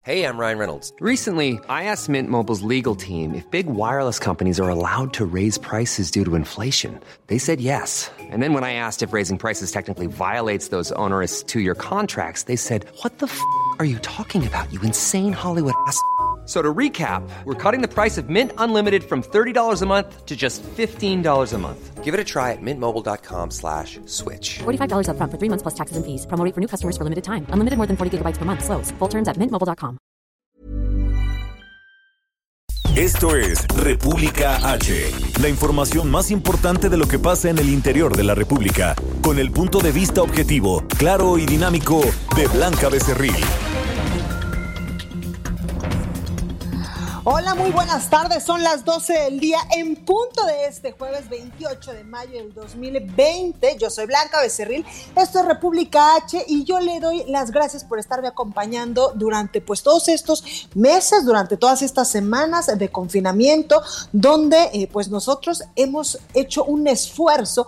Hey, I'm Ryan Reynolds. Recently, I asked Mint Mobile's legal team if big wireless companies are allowed to raise prices due to inflation. They said yes. And then when I asked if raising prices technically violates those onerous two-year contracts, they said, "What the f*** are you talking about, you insane Hollywood ass?" So to recap, we're cutting the price of Mint Unlimited from $30 a month to just $15 a month. Give it a try at mintmobile.com/switch. $45 up front for 3 months plus taxes and fees. Promo rate for new customers for limited time. Unlimited more than 40 gigabytes per month. Slows full terms at mintmobile.com. Esto es República H, la información más importante de lo que pasa en el interior de la República, con el punto de vista objetivo, claro y dinámico de Blanca Becerril. Hola, muy buenas tardes. Son las 12 del día en punto de este jueves 28 de mayo del 2020. Yo soy Blanca Becerril, esto es República H y yo le doy las gracias por estarme acompañando durante todos estos meses, durante todas estas semanas de confinamiento, donde nosotros hemos hecho un esfuerzo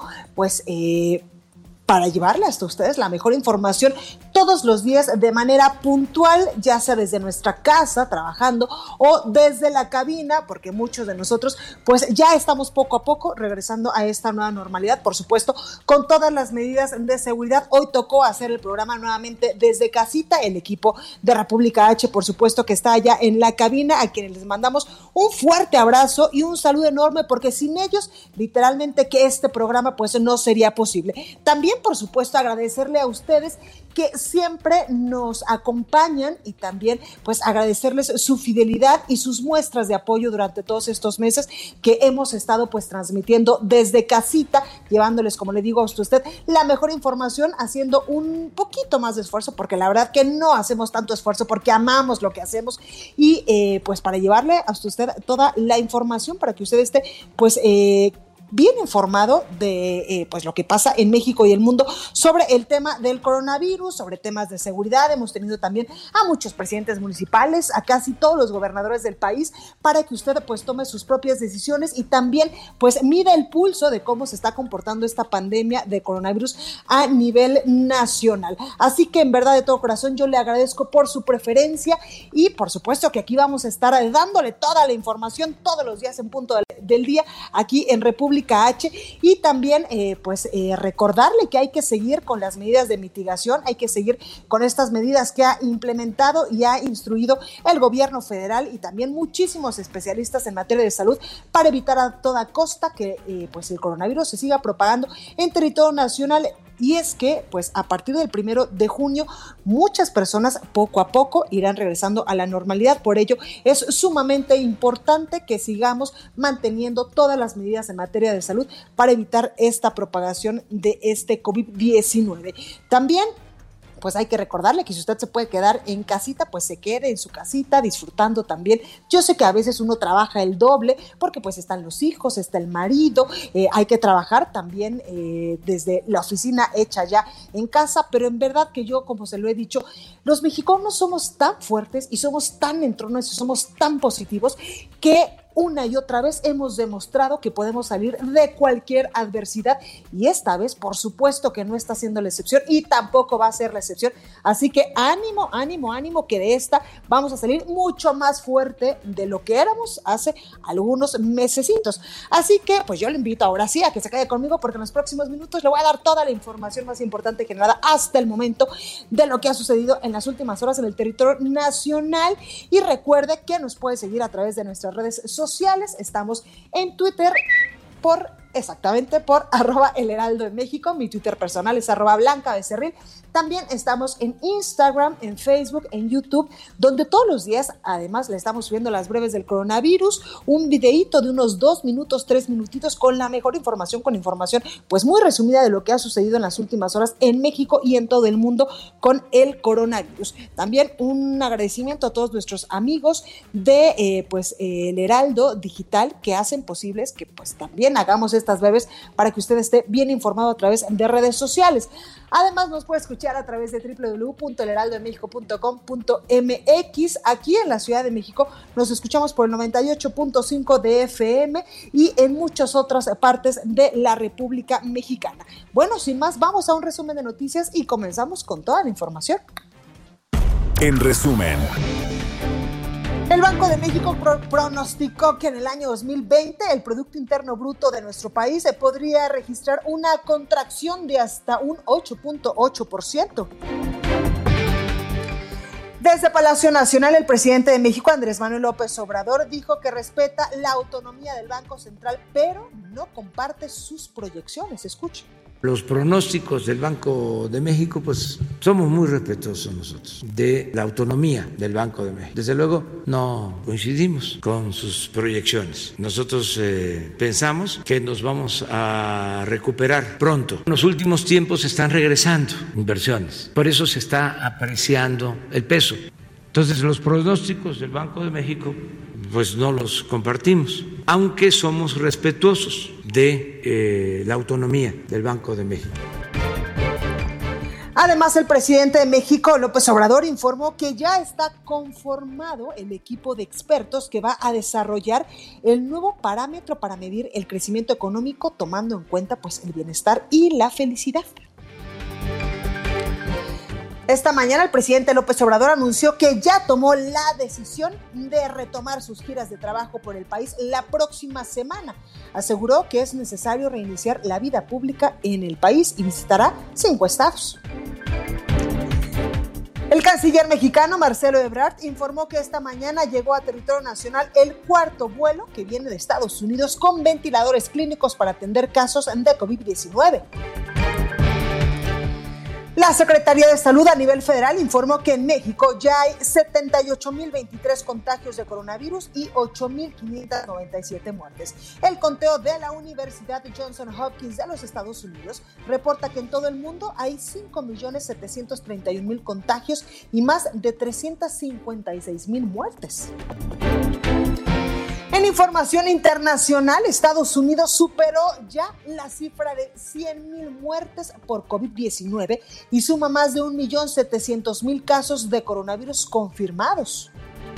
para llevarle hasta ustedes la mejor información todos los días de manera puntual, ya sea desde nuestra casa trabajando o desde la cabina, porque muchos de nosotros ya estamos poco a poco regresando a esta nueva normalidad, por supuesto, con todas las medidas de seguridad. Hoy tocó hacer el programa nuevamente desde casita, el equipo de República H, por supuesto, que está allá en la cabina, a quienes les mandamos un fuerte abrazo y un saludo enorme, porque sin ellos, literalmente, que este programa no sería posible. También, por supuesto, agradecerle a ustedes que siempre nos acompañan y también agradecerles su fidelidad y sus muestras de apoyo durante todos estos meses que hemos estado transmitiendo desde casita, llevándoles, como le digo a usted, la mejor información, haciendo un poquito más de esfuerzo, porque la verdad que no hacemos tanto esfuerzo porque amamos lo que hacemos y para llevarle a usted toda la información para que usted esté bien informado de lo que pasa en México y el mundo sobre el tema del coronavirus, sobre temas de seguridad. Hemos tenido también a muchos presidentes municipales, a casi todos los gobernadores del país, para que usted tome sus propias decisiones y también mida el pulso de cómo se está comportando esta pandemia de coronavirus a nivel nacional. Así que en verdad, de todo corazón, yo le agradezco por su preferencia y por supuesto que aquí vamos a estar dándole toda la información todos los días en punto del día aquí en República H, y también recordarle que hay que seguir con las medidas de mitigación, hay que seguir con estas medidas que ha implementado y ha instruido el gobierno federal y también muchísimos especialistas en materia de salud para evitar a toda costa que el coronavirus se siga propagando en territorio nacional. Y es que, a partir del 1 de junio, muchas personas poco a poco irán regresando a la normalidad. Por ello, es sumamente importante que sigamos manteniendo todas las medidas en materia de salud para evitar esta propagación de este COVID-19. También, hay que recordarle que si usted se puede quedar en casita, se quede en su casita disfrutando también. Yo sé que a veces uno trabaja el doble porque están los hijos, está el marido, hay que trabajar también desde la oficina hecha ya en casa, pero en verdad que yo, como se lo he dicho, los mexicanos somos tan fuertes y somos tan entrones y somos tan positivos que una y otra vez hemos demostrado que podemos salir de cualquier adversidad y esta vez, por supuesto, que no está siendo la excepción y tampoco va a ser la excepción. Así que ánimo, ánimo, ánimo, que de esta vamos a salir mucho más fuerte de lo que éramos hace algunos mesecitos. Así que, yo le invito ahora sí a que se quede conmigo, porque en los próximos minutos le voy a dar toda la información más importante generada hasta el momento de lo que ha sucedido en las últimas horas en el territorio nacional. Y recuerde que nos puede seguir a través de nuestras redes sociales. Estamos en Twitter por @El Heraldo de México. Mi Twitter personal es @Blanca Becerril. También estamos en Instagram, en Facebook, en YouTube, donde todos los días, además, le estamos subiendo las breves del coronavirus, un videíto de unos 2 minutos, 3 minutitos, con la mejor información, con información muy resumida de lo que ha sucedido en las últimas horas en México y en todo el mundo con el coronavirus. También un agradecimiento a todos nuestros amigos de El Heraldo Digital, que hacen posibles que también hagamos estas breves para que usted esté bien informado a través de redes sociales. Además, nos puede escuchar a través de www.elheraldodemexico.com.mx. Aquí en la Ciudad de México nos escuchamos por el 98.5 de FM y en muchas otras partes de la República Mexicana. Bueno, sin más, vamos a un resumen de noticias y comenzamos con toda la información. En resumen, El Banco de México pronosticó que en el año 2020 el Producto Interno Bruto de nuestro país se podría registrar una contracción de hasta un 8.8%. Desde Palacio Nacional, el presidente de México, Andrés Manuel López Obrador, dijo que respeta la autonomía del Banco Central, pero no comparte sus proyecciones. Escuche. Los pronósticos del Banco de México, pues somos muy respetuosos nosotros de la autonomía del Banco de México. Desde luego no coincidimos con sus proyecciones. Nosotros pensamos que nos vamos a recuperar pronto. En los últimos tiempos están regresando inversiones, por eso se está apreciando el peso. Entonces los pronósticos del Banco de México pues no los compartimos, aunque somos respetuosos de la autonomía del Banco de México. Además, el presidente de México, López Obrador, informó que ya está conformado el equipo de expertos que va a desarrollar el nuevo parámetro para medir el crecimiento económico, tomando en cuenta pues el bienestar y la felicidad. Esta mañana el presidente López Obrador anunció que ya tomó la decisión de retomar sus giras de trabajo por el país la próxima semana. Aseguró que es necesario reiniciar la vida pública en el país y visitará 5 estados. El canciller mexicano Marcelo Ebrard informó que esta mañana llegó a territorio nacional el 4º vuelo que viene de Estados Unidos con ventiladores clínicos para atender casos de COVID-19. La Secretaría de Salud a nivel federal informó que en México ya hay 78,023 contagios de coronavirus y 8,597 muertes. El conteo de la Universidad Johns Hopkins de los Estados Unidos reporta que en todo el mundo hay 5,731,000 contagios y más de 356,000 muertes. En información internacional, Estados Unidos superó ya la cifra de 100,000 muertes por COVID-19 y suma más de 1,700,000 casos de coronavirus confirmados.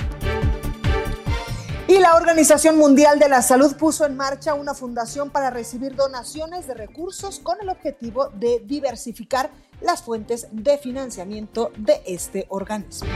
Y la Organización Mundial de la Salud puso en marcha una fundación para recibir donaciones de recursos con el objetivo de diversificar las fuentes de financiamiento de este organismo.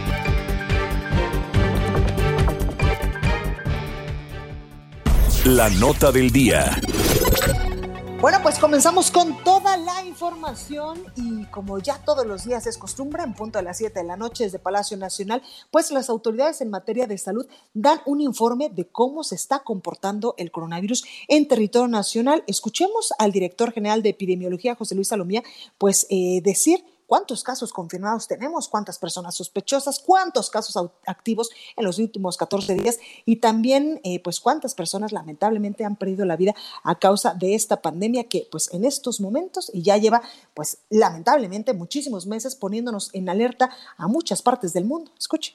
La nota del día. Bueno, pues comenzamos con toda la información y como ya todos los días es costumbre, en punto de las 7 de la noche desde Palacio Nacional, pues las autoridades en materia de salud dan un informe de cómo se está comportando el coronavirus en territorio nacional. Escuchemos al director general de epidemiología, José Luis Salomía, pues decir cuántos casos confirmados tenemos, cuántas personas sospechosas, cuántos casos activos en los últimos 14 días y también pues cuántas personas lamentablemente han perdido la vida a causa de esta pandemia que pues en estos momentos y ya lleva pues lamentablemente muchísimos meses poniéndonos en alerta a muchas partes del mundo. Escuche.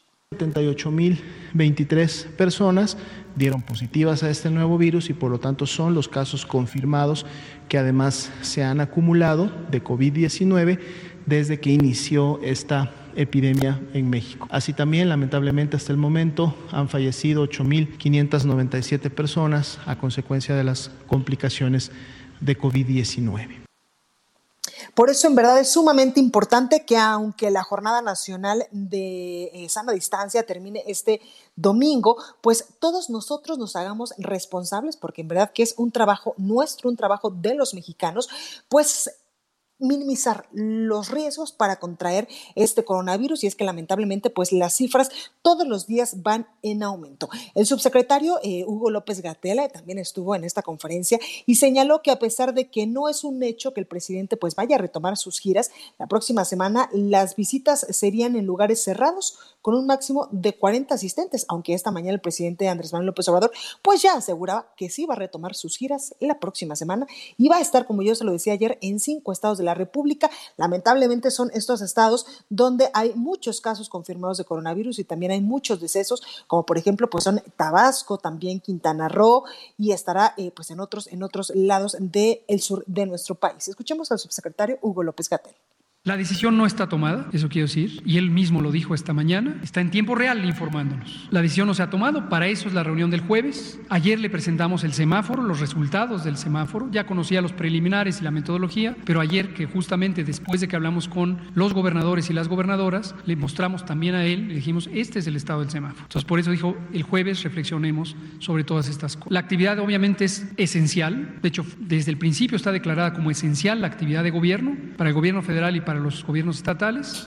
78,023 personas dieron positivas a este nuevo virus y por lo tanto son los casos confirmados que además se han acumulado de COVID-19 desde que inició esta epidemia en México. Así también, lamentablemente, hasta el momento han fallecido 8,597 personas a consecuencia de las complicaciones de COVID-19. Por eso, en verdad, es sumamente importante que aunque la Jornada Nacional de Sana Distancia termine este domingo, pues todos nosotros nos hagamos responsables, porque en verdad que es un trabajo nuestro, un trabajo de los mexicanos, pues minimizar los riesgos para contraer este coronavirus y es que lamentablemente pues las cifras todos los días van en aumento. El subsecretario Hugo López-Gatell también estuvo en esta conferencia y señaló que a pesar de que no es un hecho que el presidente pues vaya a retomar sus giras, la próxima semana las visitas serían en lugares cerrados con un máximo de 40 asistentes, aunque esta mañana el presidente Andrés Manuel López Obrador pues ya aseguraba que sí va a retomar sus giras la próxima semana y va a estar, como yo se lo decía ayer, en 5 estados de la República. Lamentablemente son estos estados donde hay muchos casos confirmados de coronavirus y también hay muchos decesos, como por ejemplo pues son Tabasco, también Quintana Roo y estará pues en otros lados del sur de nuestro país. Escuchemos al subsecretario Hugo López-Gatell. La decisión no está tomada, eso quiero decir, y él mismo lo dijo esta mañana, está en tiempo real informándonos. La decisión no se ha tomado, para eso es la reunión del jueves. Ayer le presentamos el semáforo, los resultados del semáforo, ya conocía los preliminares y la metodología, pero ayer, que justamente después de que hablamos con los gobernadores y las gobernadoras, le mostramos también a él, le dijimos, este es el estado del semáforo. Entonces, por eso dijo, el jueves reflexionemos sobre todas estas cosas. La actividad obviamente es esencial, de hecho, desde el principio está declarada como esencial la actividad de gobierno, para el gobierno federal y para los gobiernos estatales.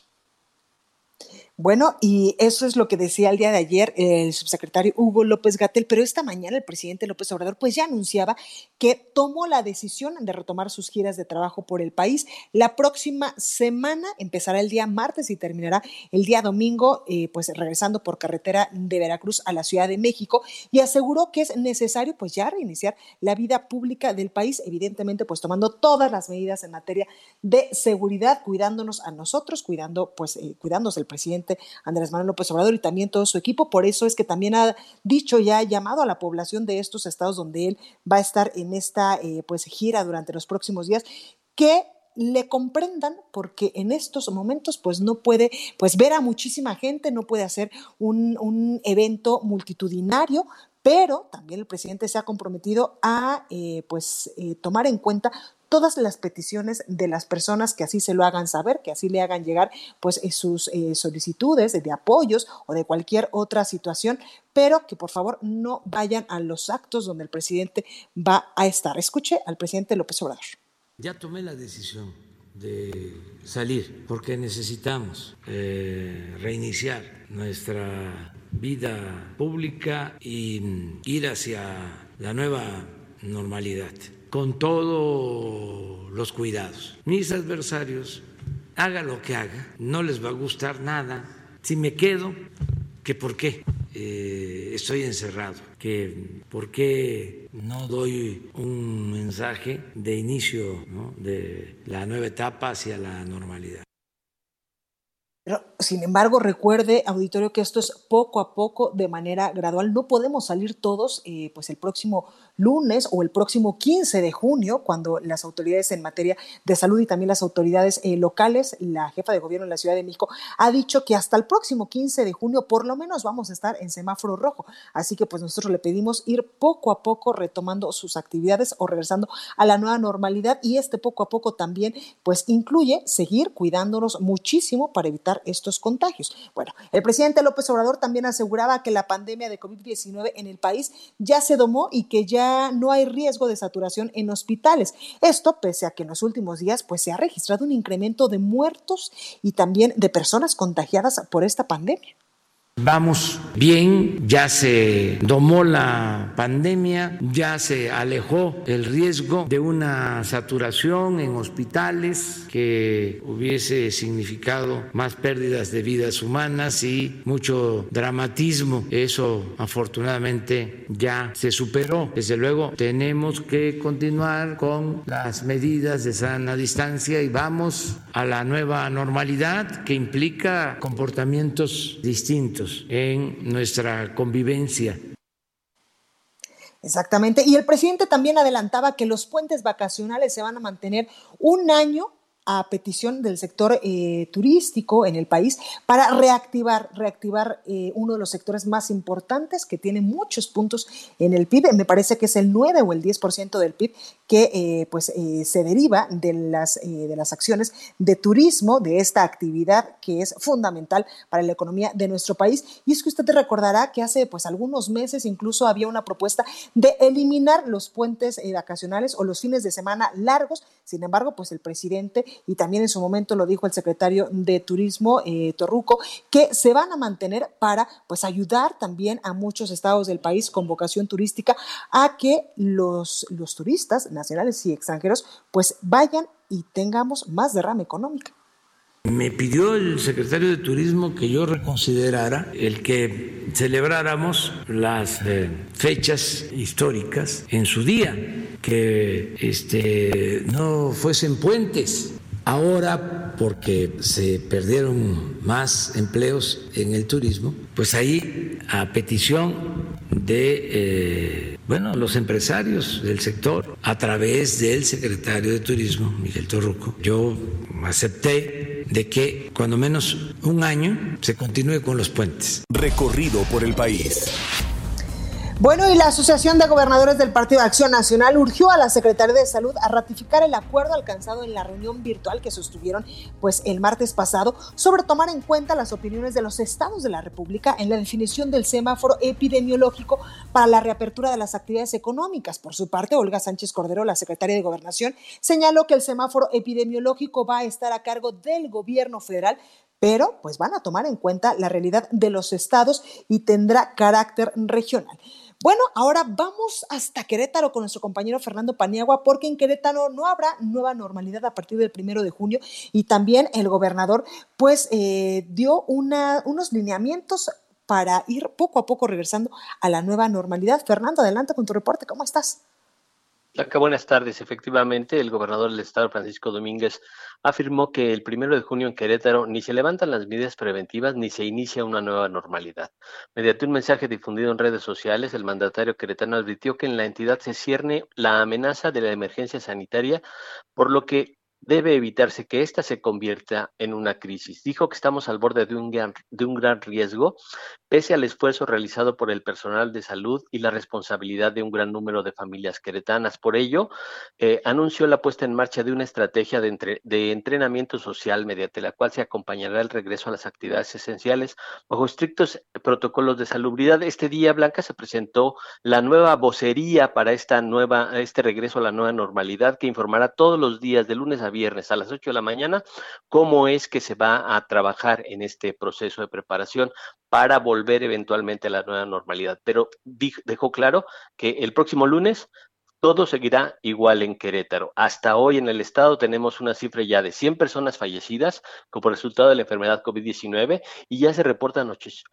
Bueno, y eso es lo que decía el día de ayer el subsecretario Hugo López-Gatell, pero esta mañana el presidente López Obrador pues ya anunciaba que tomó la decisión de retomar sus giras de trabajo por el país. La próxima semana empezará el día martes y terminará el día domingo, pues regresando por carretera de Veracruz a la Ciudad de México, y aseguró que es necesario pues ya reiniciar la vida pública del país, evidentemente pues tomando todas las medidas en materia de seguridad, cuidándonos a nosotros, cuidándose el presidente Andrés Manuel López Obrador y también todo su equipo. Por eso es que también ha dicho, ya ha llamado a la población de estos estados donde él va a estar en esta pues gira durante los próximos días, que le comprendan, porque en estos momentos pues no puede pues ver a muchísima gente, no puede hacer un evento multitudinario, pero también el presidente se ha comprometido a tomar en cuenta todas las peticiones de las personas que así se lo hagan saber, que así le hagan llegar pues sus solicitudes de apoyos o de cualquier otra situación, pero que por favor no vayan a los actos donde el presidente va a estar. Escuche al presidente López Obrador. Ya tomé la decisión de salir porque necesitamos reiniciar nuestra vida pública y ir hacia la nueva normalidad, con todos los cuidados. Mis adversarios, haga lo que haga, no les va a gustar nada. Si me quedo, que por qué estoy encerrado, que por qué no doy un mensaje de inicio, ¿no?, de la nueva etapa hacia la normalidad. Pero, sin embargo, recuerde, auditorio, que esto es poco a poco, de manera gradual. No podemos salir todos pues el próximo lunes o el próximo 15 de junio, cuando las autoridades en materia de salud y también las autoridades locales, la jefa de gobierno de la Ciudad de México ha dicho que hasta el próximo 15 de junio por lo menos vamos a estar en semáforo rojo. Así que pues nosotros le pedimos ir poco a poco retomando sus actividades o regresando a la nueva normalidad, y poco a poco también pues incluye seguir cuidándonos muchísimo para evitar estos contagios. Bueno, el presidente López Obrador también aseguraba que la pandemia de COVID-19 en el país ya se domó y que ya no hay riesgo de saturación en hospitales. Esto pese a que en los últimos días pues se ha registrado un incremento de muertos y también de personas contagiadas por esta pandemia. Vamos bien, ya se domó la pandemia, ya se alejó el riesgo de una saturación en hospitales que hubiese significado más pérdidas de vidas humanas y mucho dramatismo. Eso afortunadamente ya se superó. Desde luego tenemos que continuar con las medidas de sana distancia y vamos a la nueva normalidad, que implica comportamientos distintos en nuestra convivencia. Exactamente, y el presidente también adelantaba que los puentes vacacionales se van a mantener un año a petición del sector turístico en el país para reactivar uno de los sectores más importantes que tiene muchos puntos en el PIB. Me parece que es el 9 o el 10% del PIB que se deriva de las acciones de turismo, de esta actividad que es fundamental para la economía de nuestro país. Y es que usted recordará que hace pues algunos meses incluso había una propuesta de eliminar los puentes vacacionales o los fines de semana largos. Sin embargo, pues el presidente, y también en su momento lo dijo el secretario de Turismo, Torruco, que se van a mantener para pues ayudar también a muchos estados del país con vocación turística a que los turistas nacionales y extranjeros pues vayan y tengamos más derrama económica. Me pidió el secretario de Turismo que yo reconsiderara el que celebráramos las fechas históricas en su día, que no fuesen puentes. Ahora, porque se perdieron más empleos en el turismo, pues ahí, a petición de los empresarios del sector, a través del secretario de Turismo, Miguel Torruco, yo acepté de que cuando menos un año se continúe con los puentes. Recorrido por el país. Bueno, y la Asociación de Gobernadores del Partido de Acción Nacional urgió a la Secretaría de Salud a ratificar el acuerdo alcanzado en la reunión virtual que sostuvieron el martes pasado sobre tomar en cuenta las opiniones de los estados de la República en la definición del semáforo epidemiológico para la reapertura de las actividades económicas. Por su parte, Olga Sánchez Cordero, la secretaria de Gobernación, señaló que el semáforo epidemiológico va a estar a cargo del gobierno federal, pero pues van a tomar en cuenta la realidad de los estados y tendrá carácter regional. Bueno, ahora vamos hasta Querétaro con nuestro compañero Fernando Paniagua, porque en Querétaro no habrá nueva normalidad a partir del 1 de junio y también el gobernador dio unos lineamientos para ir poco a poco regresando a la nueva normalidad. Fernando, adelante con tu reporte, ¿cómo estás? Acá, buenas tardes. Efectivamente, el gobernador del estado, Francisco Domínguez, afirmó que el 1 de junio en Querétaro ni se levantan las medidas preventivas ni se inicia una nueva normalidad. Mediante un mensaje difundido en redes sociales, el mandatario queretano advirtió que en la entidad se cierne la amenaza de la emergencia sanitaria, por lo que debe evitarse que ésta se convierta en una crisis. Dijo que estamos al borde de un gran riesgo, pese al esfuerzo realizado por el personal de salud y la responsabilidad de un gran número de familias queretanas. Por ello, anunció la puesta en marcha de una estrategia de entrenamiento social mediante la cual se acompañará el regreso a las actividades esenciales bajo estrictos protocolos de salubridad. Este día, Blanca, se presentó la nueva vocería para este regreso a la nueva normalidad, que informará todos los días de lunes a viernes a las 8 de la mañana cómo es que se va a trabajar en este proceso de preparación para volver eventualmente a la nueva normalidad. Pero dejó claro que el próximo lunes todo seguirá igual en Querétaro. Hasta hoy en el estado tenemos una cifra ya de 100 personas fallecidas como resultado de la enfermedad COVID-19 y ya se reportan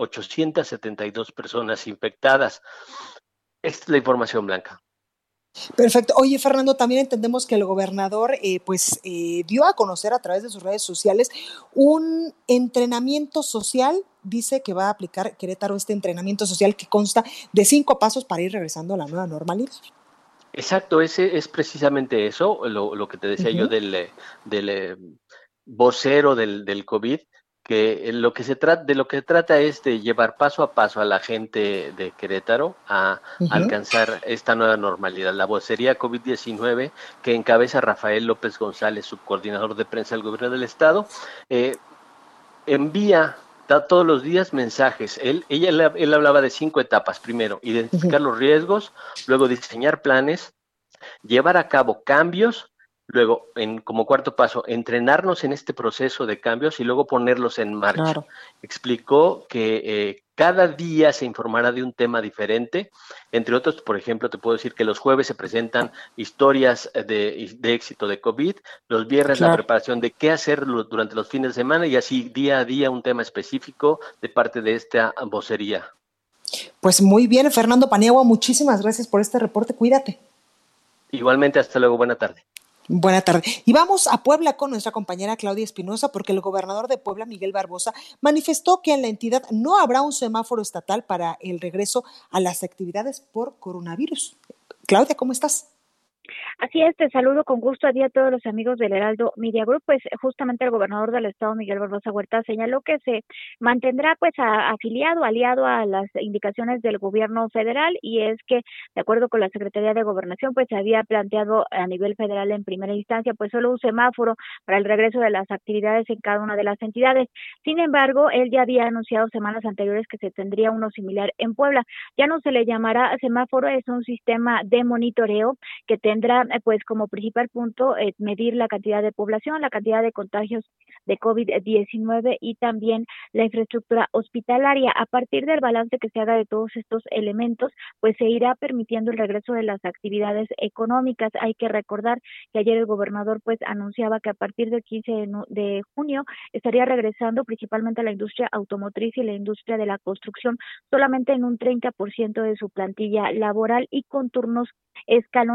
872 personas infectadas. Esta es la información, Blanca. Perfecto. Oye, Fernando, también entendemos que el gobernador dio a conocer a través de sus redes sociales un entrenamiento social. Dice que va a aplicar Querétaro este entrenamiento social que consta de 5 pasos para ir regresando a la nueva normalidad. Exacto, ese es precisamente eso, lo que te decía yo del vocero del COVID, que de lo que se trata es de llevar paso a paso a la gente de Querétaro a alcanzar esta nueva normalidad. La vocería COVID-19 que encabeza Rafael López González, subcoordinador de prensa del gobierno del estado, envía todos los días mensajes. Él hablaba de 5 etapas. Primero, identificar los riesgos, luego diseñar planes, llevar a cabo cambios, luego, como cuarto paso, entrenarnos en este proceso de cambios y luego ponerlos en marcha. Claro. Explicó que cada día se informará de un tema diferente. Entre otros, por ejemplo, te puedo decir que los jueves se presentan historias de éxito de COVID, los viernes la preparación de qué hacer durante los fines de semana y así día a día un tema específico de parte de esta vocería. Pues muy bien, Fernando Paniagua, muchísimas gracias por este reporte. Cuídate. Igualmente, hasta luego. Buena tarde. Buena tarde. Y vamos a Puebla con nuestra compañera Claudia Espinosa, porque el gobernador de Puebla, Miguel Barbosa, manifestó que en la entidad no habrá un semáforo estatal para el regreso a las actividades por coronavirus. Claudia, ¿cómo estás? Así es, te saludo con gusto a ti a todos los amigos del Heraldo Media Group. Pues justamente el gobernador del estado, Miguel Barbosa Huerta, señaló que se mantendrá aliado a las indicaciones del gobierno federal, y es que, de acuerdo con la Secretaría de Gobernación, pues se había planteado a nivel federal en primera instancia pues solo un semáforo para el regreso de las actividades en cada una de las entidades. Sin embargo, él ya había anunciado semanas anteriores que se tendría uno similar en Puebla. Ya no se le llamará semáforo, es un sistema de monitoreo que tendrá pues como principal punto medir la cantidad de población, la cantidad de contagios de COVID-19 y también la infraestructura hospitalaria. A partir del balance que se haga de todos estos elementos, pues se irá permitiendo el regreso de las actividades económicas. Hay que recordar que ayer el gobernador pues anunciaba que a partir del 15 de junio estaría regresando principalmente la industria automotriz y la industria de la construcción solamente en un 30% de su plantilla laboral y con turnos escalonados.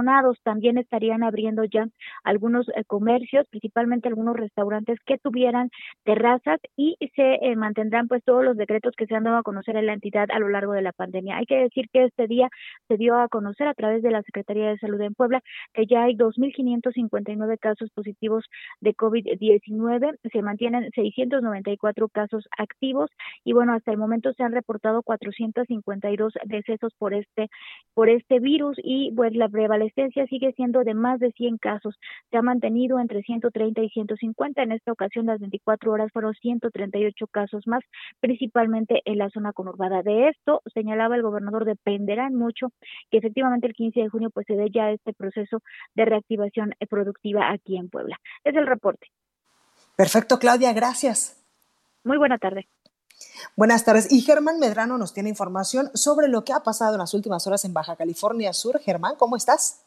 también estarían abriendo ya algunos comercios, principalmente algunos restaurantes que tuvieran terrazas, y se mantendrán pues todos los decretos que se han dado a conocer en la entidad a lo largo de la pandemia. Hay que decir que este día se dio a conocer a través de la Secretaría de Salud en Puebla que ya hay 2.559 casos positivos de COVID-19, se mantienen 694 casos activos y bueno, hasta el momento se han reportado 452 decesos por este virus, y pues la prevalecencia sigue siendo de más de 100 casos. Se ha mantenido entre 130 y 150. En esta ocasión las 24 horas fueron 138 casos más, principalmente en la zona conurbada. De esto, señalaba el gobernador, dependerá mucho que efectivamente el 15 de junio pues se dé ya este proceso de reactivación productiva aquí en Puebla. Es el reporte. Perfecto, Claudia, gracias. Muy buena tarde. Buenas tardes. Y Germán Medrano nos tiene información sobre lo que ha pasado en las últimas horas en Baja California Sur. Germán, ¿cómo estás?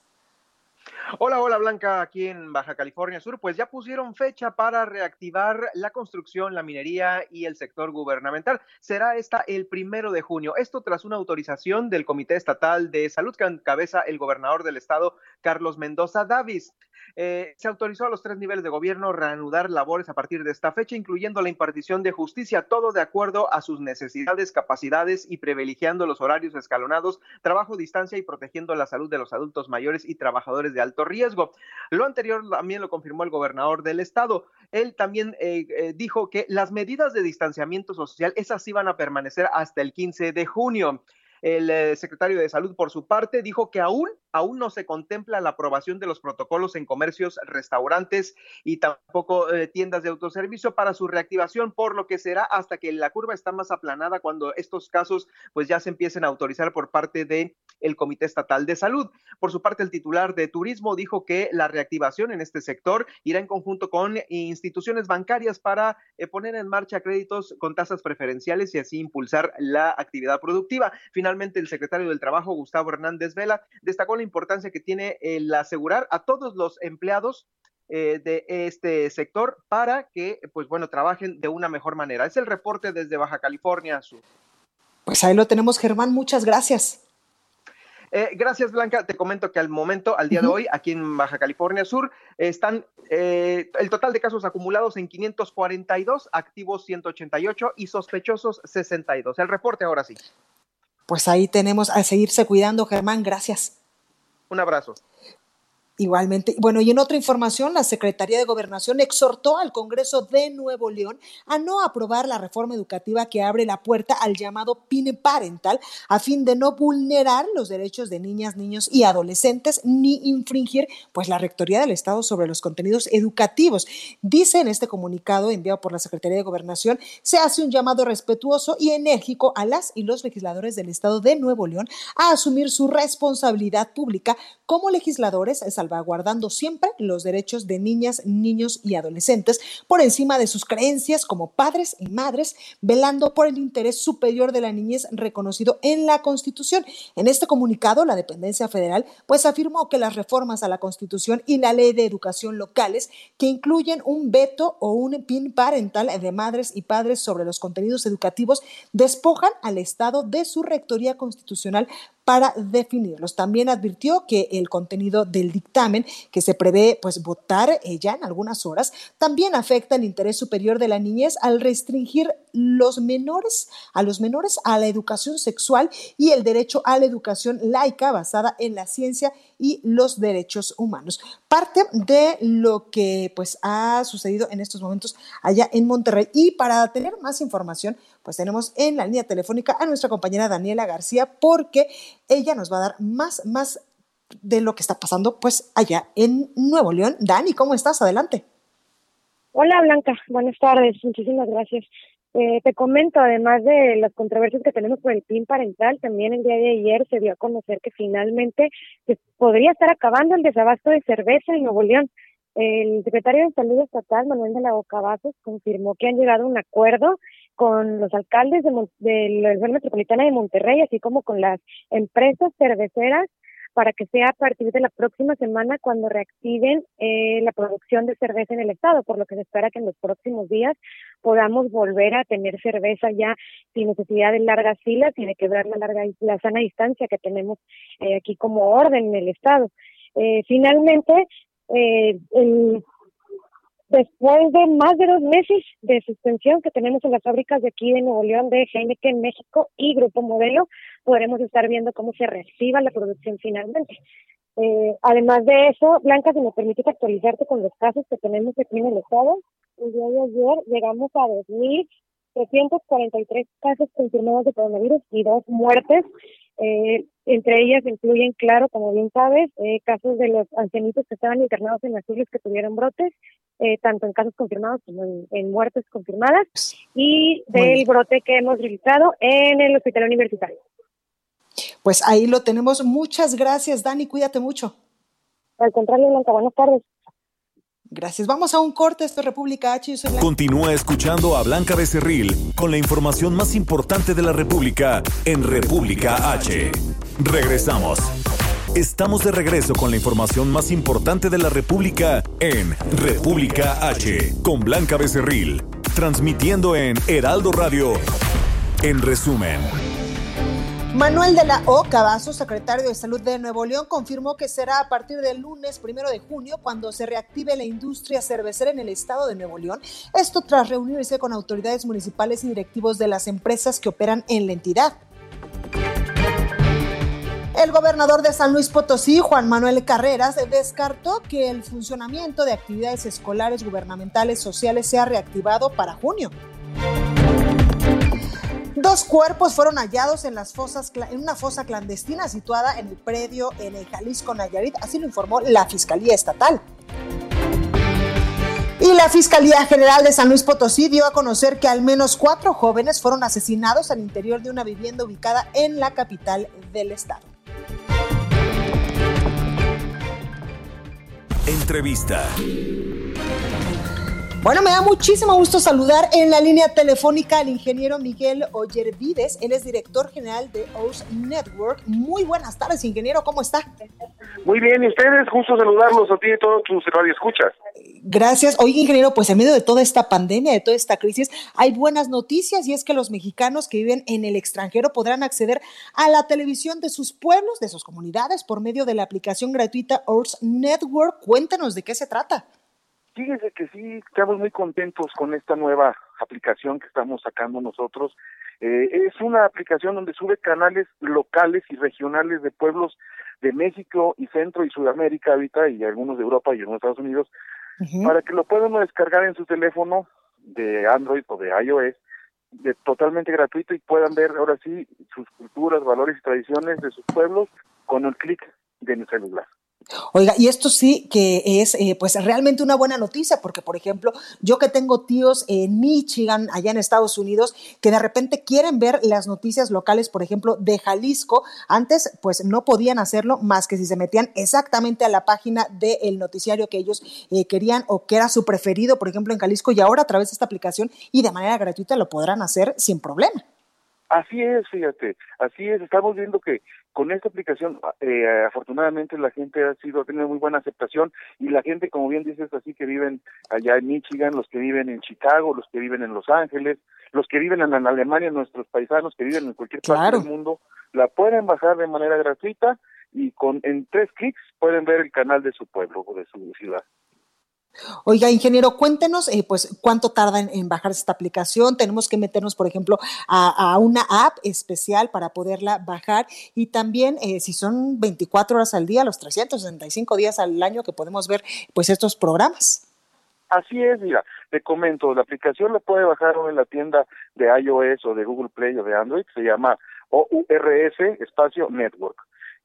Hola Blanca, aquí en Baja California Sur, pues ya pusieron fecha para reactivar la construcción, la minería y el sector gubernamental. Será el 1 de junio. Esto tras una autorización del Comité Estatal de Salud que encabeza el gobernador del estado, Carlos Mendoza Davis. Se autorizó a los 3 niveles de gobierno reanudar labores a partir de esta fecha, incluyendo la impartición de justicia, todo de acuerdo a sus necesidades, capacidades y privilegiando los horarios escalonados, trabajo a distancia y protegiendo la salud de los adultos mayores y trabajadores de alto riesgo. Lo anterior también lo confirmó el gobernador del estado. Él también dijo que las medidas de distanciamiento social, esas sí van a permanecer hasta el 15 de junio. El secretario de Salud, por su parte, dijo que aún no se contempla la aprobación de los protocolos en comercios, restaurantes y tampoco tiendas de autoservicio para su reactivación, por lo que será hasta que la curva está más aplanada cuando estos casos pues ya se empiecen a autorizar por parte del Comité Estatal de Salud. Por su parte, el titular de Turismo dijo que la reactivación en este sector irá en conjunto con instituciones bancarias para poner en marcha créditos con tasas preferenciales y así impulsar la actividad productiva. Finalmente, el secretario del Trabajo, Gustavo Hernández Vela, destacó la importancia que tiene el asegurar a todos los empleados de este sector para que, pues bueno, trabajen de una mejor manera. Es el reporte desde Baja California Sur. Pues ahí lo tenemos, Germán, muchas gracias. Gracias, Blanca. Te comento que al día de hoy, aquí en Baja California Sur, están el total de casos acumulados en 542, activos 188 y sospechosos 62. El reporte ahora sí. Pues ahí tenemos a seguirse cuidando, Germán, gracias. Un abrazo. Igualmente. Bueno, y en otra información, la Secretaría de Gobernación exhortó al Congreso de Nuevo León a no aprobar la reforma educativa que abre la puerta al llamado PIN parental a fin de no vulnerar los derechos de niñas, niños y adolescentes ni infringir pues la Rectoría del Estado sobre los contenidos educativos. Dice en este comunicado enviado por la Secretaría de Gobernación, se hace un llamado respetuoso y enérgico a las y los legisladores del Estado de Nuevo León a asumir su responsabilidad pública como legisladores, salvaguardando siempre los derechos de niñas, niños y adolescentes por encima de sus creencias como padres y madres, velando por el interés superior de la niñez reconocido en la Constitución. En este comunicado, la dependencia federal pues afirmó que las reformas a la Constitución y la Ley de Educación locales que incluyen un veto o un PIN parental de madres y padres sobre los contenidos educativos despojan al Estado de su rectoría constitucional para definirlos. También advirtió que el contenido del dictamen que se prevé pues votar ya en algunas horas también afecta el interés superior de la niñez al restringir a los menores a la educación sexual y el derecho a la educación laica basada en la ciencia y los derechos humanos. Parte de lo que pues ha sucedido en estos momentos allá en Monterrey. Y para tener más información, pues tenemos en la línea telefónica a nuestra compañera Daniela García, porque ella nos va a dar más de lo que está pasando pues allá en Nuevo León. Dani, ¿cómo estás? Adelante. Hola Blanca, buenas tardes, muchísimas gracias. Te comento, además de las controversias que tenemos por el PIN parental, también el día de ayer se dio a conocer que finalmente se podría estar acabando el desabasto de cerveza en Nuevo León. El secretario de Salud Estatal, Manuel de la Bocavazos, confirmó que han llegado a un acuerdo con los alcaldes de la región metropolitana de Monterrey, así como con las empresas cerveceras, para que sea a partir de la próxima semana cuando reactiven la producción de cerveza en el estado, por lo que se espera que en los próximos días podamos volver a tener cerveza ya sin necesidad de largas filas y de quebrar la sana distancia que tenemos aquí como orden en el estado. Finalmente, después de más de 2 meses de suspensión que tenemos en las fábricas de aquí de Nuevo León, de Heineken México y Grupo Modelo, podremos estar viendo cómo se reactiva la producción finalmente. Además de eso, Blanca, si me permites actualizarte con los casos que tenemos aquí en el estado, el día de ayer llegamos a 2,343 casos confirmados de coronavirus y 2 muertes. Entre ellas incluyen, claro, como bien sabes, casos de los ancianitos que estaban internados en asilos que tuvieron brotes, tanto en casos confirmados como en muertes confirmadas, y del brote que hemos realizado en el hospital universitario. Pues ahí lo tenemos. Muchas gracias, Dani. Cuídate mucho. Al contrario, Blanca, buenas tardes. Gracias. Vamos a un corte. Esto es República H. Yo soy Blanca. Continúa escuchando a Blanca Becerril con la información más importante de la República en República H. Regresamos. Estamos de regreso con la información más importante de la República en República H con Blanca Becerril, transmitiendo en Heraldo Radio. En resumen, Manuel de la O. Cavazos, secretario de Salud de Nuevo León, confirmó que será a partir del lunes 1 de junio cuando se reactive la industria cervecera en el estado de Nuevo León. Esto tras reunirse con autoridades municipales y directivos de las empresas que operan en la entidad. El gobernador de San Luis Potosí, Juan Manuel Carreras, descartó que el funcionamiento de actividades escolares, gubernamentales, sociales sea reactivado para junio. 2 cuerpos fueron hallados en una fosa clandestina situada en el predio en el Jalisco, Nayarit, así lo informó la Fiscalía Estatal. Y la Fiscalía General de San Luis Potosí dio a conocer que al menos 4 jóvenes fueron asesinados al interior de una vivienda ubicada en la capital del estado. entrevista. Bueno, me da muchísimo gusto saludar en la línea telefónica al ingeniero Miguel Ollervides. Él es director general de Ours Network. Muy buenas tardes, ingeniero, ¿cómo está? Muy bien, y ustedes, gusto saludarlos a ti y a todos tus radioescuchas. Gracias. Oye, ingeniero, pues en medio de toda esta pandemia, de toda esta crisis, hay buenas noticias, y es que los mexicanos que viven en el extranjero podrán acceder a la televisión de sus pueblos, de sus comunidades, por medio de la aplicación gratuita Ours Network. Cuéntanos de qué se trata. Fíjese que sí, estamos muy contentos con esta nueva aplicación que estamos sacando nosotros. Es una aplicación donde sube canales locales y regionales de pueblos de México y Centro y Sudamérica ahorita, y algunos de Europa y algunos de Estados Unidos, para que lo puedan descargar en su teléfono de Android o de iOS, totalmente gratuito, y puedan ver ahora sí sus culturas, valores y tradiciones de sus pueblos con el clic de mi celular. Oiga, y esto sí que es pues realmente una buena noticia, porque por ejemplo, yo que tengo tíos en Michigan, allá en Estados Unidos, que de repente quieren ver las noticias locales, por ejemplo, de Jalisco, antes pues no podían hacerlo más que si se metían exactamente a la página del noticiario que ellos querían o que era su preferido, por ejemplo, en Jalisco, y ahora a través de esta aplicación y de manera gratuita lo podrán hacer sin problema. Así es, fíjate, así es, estamos viendo que con esta aplicación afortunadamente la gente ha tenido muy buena aceptación, y la gente, como bien dices, así que viven allá en Michigan, los que viven en Chicago, los que viven en Los Ángeles, los que viven en Alemania, nuestros paisanos que viven en cualquier parte del mundo, la pueden bajar de manera gratuita, y en 3 clics pueden ver el canal de su pueblo o de su ciudad. Oiga, ingeniero, cuéntenos pues cuánto tarda en bajarse esta aplicación. Tenemos que meternos, por ejemplo, a una app especial para poderla bajar, y también si son 24 horas al día, los 365 días al año que podemos ver pues estos programas. Así es, mira, te comento, la aplicación la puede bajar en la tienda de iOS o de Google Play o de Android, se llama OURS espacio Network.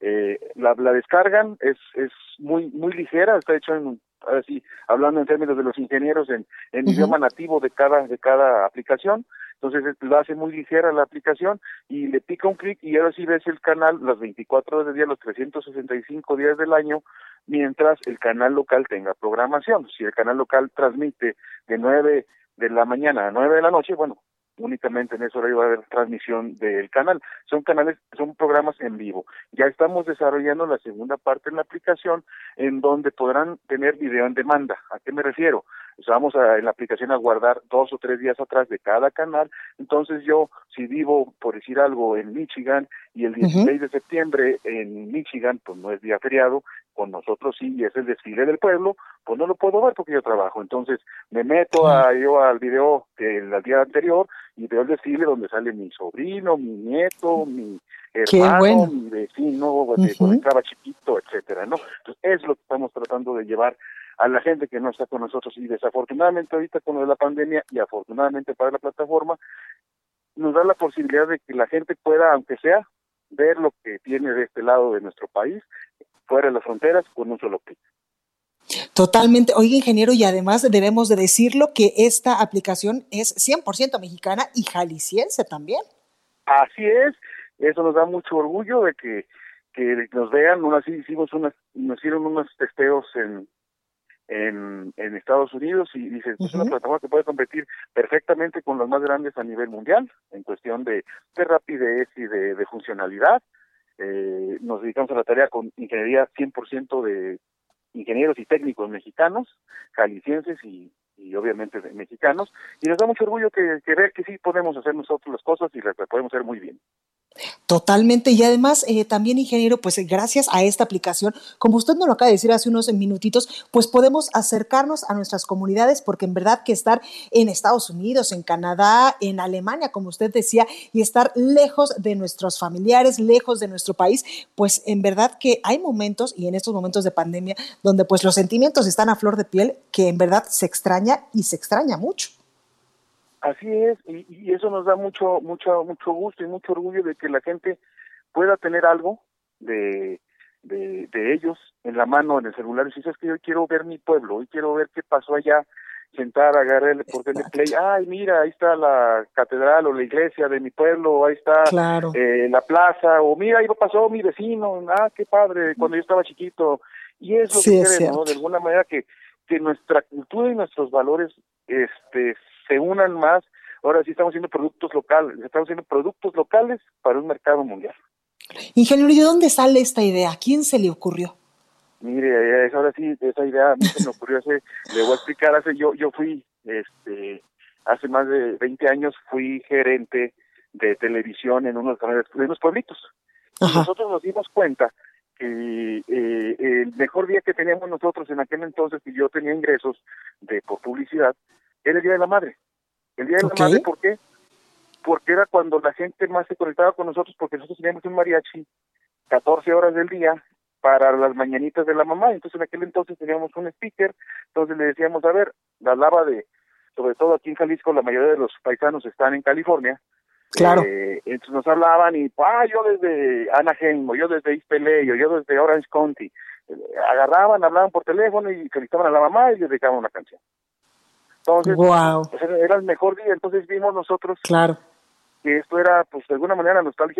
La descargan, es muy ligera, está hecho así, hablando en términos de los ingenieros en idioma nativo de cada aplicación. Entonces lo hace muy ligera la aplicación, y le pica un clic y ahora sí ves el canal las 24 horas del día, los 365 días del año, mientras el canal local tenga programación. Si el canal local transmite de 9 de la mañana a 9 de la noche, bueno, únicamente en ese horario va a haber transmisión del canal. Son programas en vivo. Ya estamos desarrollando la segunda parte de la aplicación, en donde podrán tener video en demanda. ¿A qué me refiero? Vamos en la aplicación a guardar 2 o 3 días atrás de cada canal. Entonces yo, si vivo, por decir algo, en Michigan, y el 16 de septiembre en Michigan, pues no es día feriado, con nosotros sí, y es el desfile del pueblo, pues no lo puedo ver porque yo trabajo. Entonces me meto al video del día anterior y veo el desfile donde sale mi sobrino, mi nieto, mi hermano, mi vecino, cuando estaba chiquito, etcétera, ¿no? Entonces es lo que estamos tratando de llevar a la gente que no está con nosotros, y desafortunadamente ahorita con lo de la pandemia, y afortunadamente para la plataforma, nos da la posibilidad de que la gente pueda, aunque sea, ver lo que tiene de este lado de nuestro país, fuera de las fronteras, con un solo clic. Totalmente. Oiga, ingeniero, y además debemos de decirlo que esta aplicación es 100% mexicana y jalisciense también. Así es, eso nos da mucho orgullo de que nos vean. Así nos hicieron unos testeos en Estados Unidos, y dice, es una plataforma que puede competir perfectamente con las más grandes a nivel mundial en cuestión de rapidez y de funcionalidad. Nos dedicamos a la tarea con ingeniería 100% de ingenieros y técnicos mexicanos, jaliscienses y obviamente mexicanos, y nos da mucho orgullo que ver que sí podemos hacer nosotros las cosas y las podemos hacer muy bien. Totalmente, y además también, ingeniero, pues gracias a esta aplicación, como usted nos lo acaba de decir hace unos minutitos, pues podemos acercarnos a nuestras comunidades, porque en verdad que estar en Estados Unidos, en Canadá, en Alemania, como usted decía, y estar lejos de nuestros familiares, lejos de nuestro país, pues en verdad que hay momentos, y en estos momentos de pandemia, donde pues los sentimientos están a flor de piel, que en verdad se extraña y se extraña mucho. Así es, y eso nos da mucho gusto y mucho orgullo de que la gente pueda tener algo de ellos en la mano, en el celular. Y si sabes que yo quiero ver mi pueblo, hoy quiero ver qué pasó allá, sentar, agarrarle por play, ay, mira, ahí está la catedral o la iglesia de mi pueblo, ahí está la plaza, o mira, ahí pasó mi vecino, qué padre, cuando yo estaba chiquito. Y es lo que queremos, ¿no? De alguna manera que nuestra cultura y nuestros valores se unan más. Ahora sí estamos haciendo productos locales para un mercado mundial. Ingeniero, ¿y de dónde sale esta idea? ¿A quién se le ocurrió? Mire, ahora sí, esa idea a mí se me ocurrió le voy a explicar, yo fui, hace más de 20 años fui gerente de televisión en unos pueblitos. Y nosotros nos dimos cuenta que el mejor día que teníamos nosotros en aquel entonces, que yo tenía ingresos por publicidad, era el Día de la Madre. El Día de la Madre, ¿por qué? Porque era cuando la gente más se conectaba con nosotros, porque nosotros teníamos un mariachi 14 horas del día para las mañanitas de la mamá. Entonces en aquel entonces teníamos un speaker, entonces le decíamos, a ver, hablaba sobre todo aquí en Jalisco, la mayoría de los paisanos están en California. Claro. Entonces nos hablaban y, yo desde Anaheim, o yo desde East LA, o yo desde Orange County. Hablaban por teléfono y felicitaban a la mamá y les dedicaban una canción. Entonces, pues era el mejor día. Entonces vimos nosotros que esto era, pues de alguna manera, la nostalgia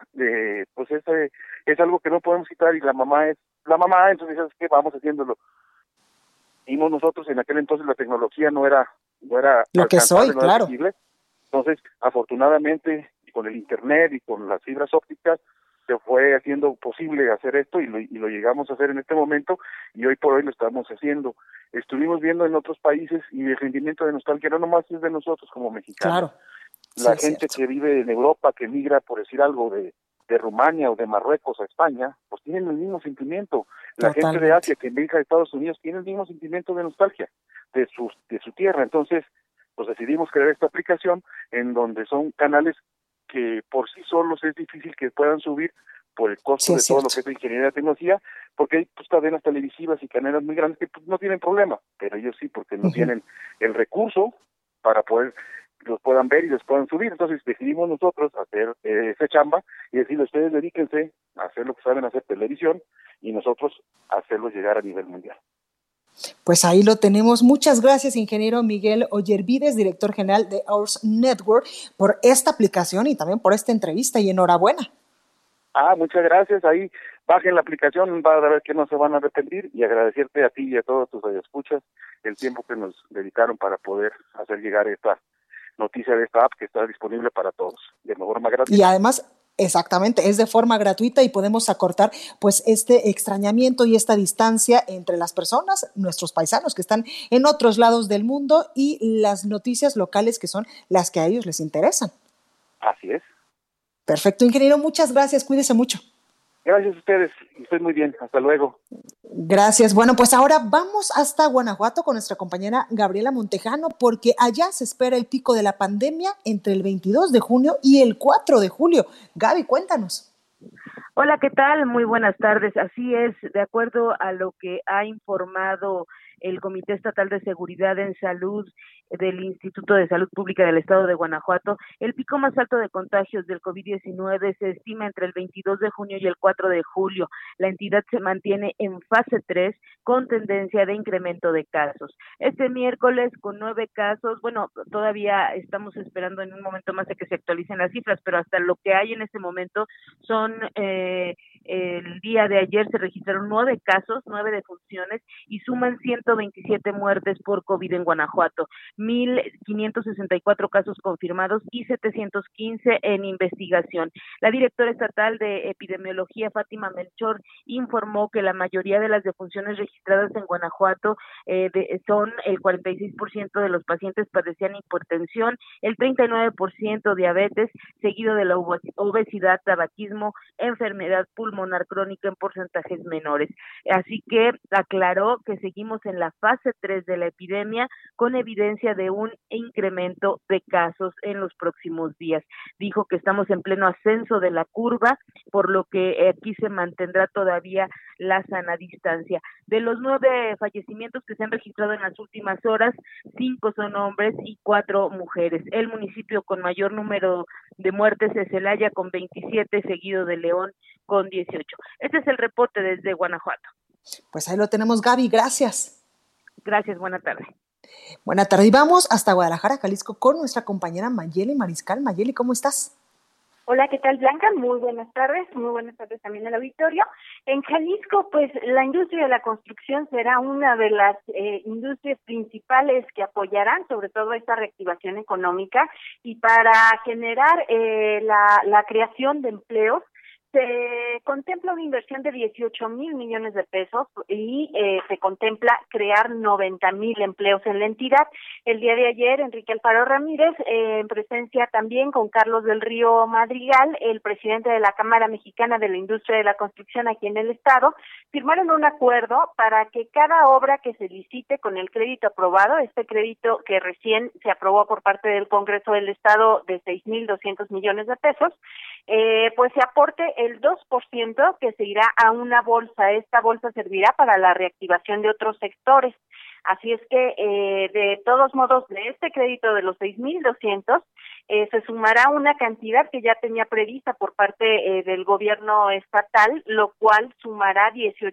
es algo que no podemos quitar, y la mamá es la mamá. Entonces, ¿sabes qué? Vamos haciéndolo. Vimos nosotros, en aquel entonces la tecnología no era lo que soy, claro. Accesible. Entonces, afortunadamente, con el internet y con las fibras ópticas, se fue haciendo posible hacer esto, y lo llegamos a hacer en este momento, y hoy por hoy lo estamos haciendo. Estuvimos viendo en otros países, y el sentimiento de nostalgia no nomás es de nosotros como mexicanos. Claro. La gente que vive en Europa, que migra, por decir algo, de Rumania o de Marruecos a España, pues tienen el mismo sentimiento. La gente de Asia que migra a Estados Unidos tiene el mismo sentimiento de nostalgia de su tierra. Entonces, pues decidimos crear esta aplicación en donde son canales que por sí solos es difícil que puedan subir por el costo de todo lo que es la ingeniería de tecnología, porque hay cadenas televisivas y canales muy grandes que no tienen problema, pero ellos sí, porque no tienen el recurso para poder los puedan ver y los puedan subir. Entonces decidimos nosotros hacer esa chamba y decir, ustedes dedíquense a hacer lo que saben hacer, televisión, y nosotros hacerlo llegar a nivel mundial. Pues ahí lo tenemos. Muchas gracias, ingeniero Miguel Ollervides, director general de Ours Network, por esta aplicación y también por esta entrevista, y enhorabuena. Muchas gracias. Ahí bajen la aplicación, va a ver que no se van a arrepentir, y agradecerte a ti y a todos tus radioescuchas el tiempo que nos dedicaron para poder hacer llegar esta noticia de esta app que está disponible para todos, de forma gratuita. Y además Exactamente, es de forma gratuita y podemos acortar pues este extrañamiento y esta distancia entre las personas, nuestros paisanos que están en otros lados del mundo y las noticias locales que son las que a ellos les interesan. Así es. Perfecto, ingeniero, muchas gracias, cuídese mucho. Gracias a ustedes, estoy muy bien, hasta luego. Gracias. Bueno, pues ahora vamos hasta Guanajuato con nuestra compañera Gabriela Montejano, porque allá se espera el pico de la pandemia entre el 22 de junio y el 4 de julio. Gaby, cuéntanos. Hola, ¿qué tal? Muy buenas tardes. Así es, de acuerdo a lo que ha informado el Comité Estatal de Seguridad en Salud del Instituto de Salud Pública del Estado de Guanajuato, el pico más alto de contagios del COVID-19 se estima entre el 22 de junio y el 4 de julio. La entidad se mantiene en fase 3 con tendencia de incremento de casos. Este miércoles con 9 casos, bueno, todavía estamos esperando en un momento más de que se actualicen las cifras, pero hasta lo que hay en este momento son el día de ayer se registraron 9 casos, 9 defunciones y suman 127 muertes por COVID en Guanajuato, 1,564 casos confirmados y 715 en investigación. La directora estatal de epidemiología, Fátima Melchor, informó que la mayoría de las defunciones registradas en Guanajuato son el 46% de los pacientes padecían hipertensión, el 39% diabetes, seguido de la obesidad, tabaquismo, enfermedad pulmonar crónica en porcentajes menores. Así que aclaró que seguimos en la fase 3 de la epidemia con evidencia de un incremento de casos en los próximos días. Dijo que estamos en pleno ascenso de la curva, por lo que aquí se mantendrá todavía la sana distancia. De los 9 fallecimientos que se han registrado en las últimas horas, 5 son hombres y 4 mujeres. El municipio con mayor número de muertes es Celaya con 27, seguido de León con 18. Este es el reporte desde Guanajuato. Pues ahí lo tenemos, Gaby, gracias. Gracias, buena tarde. Buena tarde, y vamos hasta Guadalajara, Jalisco, con nuestra compañera Mayeli Mariscal. Mayeli, ¿cómo estás? Hola, ¿qué tal, Blanca? Muy buenas tardes también al auditorio. En Jalisco, pues la industria de la construcción será una de las industrias principales que apoyarán sobre todo esta reactivación económica y para generar la creación de empleos. Se contempla una inversión de 18,000 millones de pesos y se contempla crear 90,000 empleos en la entidad. El día de ayer, Enrique Alfaro Ramírez, en presencia también con Carlos del Río Madrigal, el presidente de la Cámara Mexicana de la Industria de la Construcción aquí en el estado, firmaron un acuerdo para que cada obra que se licite con el crédito aprobado, este crédito que recién se aprobó por parte del Congreso del Estado de 6,200 millones de pesos, pues se aporte el 2% que se irá a una bolsa. Esta bolsa servirá para la reactivación de otros sectores. Así es que, de todos modos, de este crédito de los 6,200, se sumará una cantidad que ya tenía prevista por parte del gobierno estatal, lo cual sumará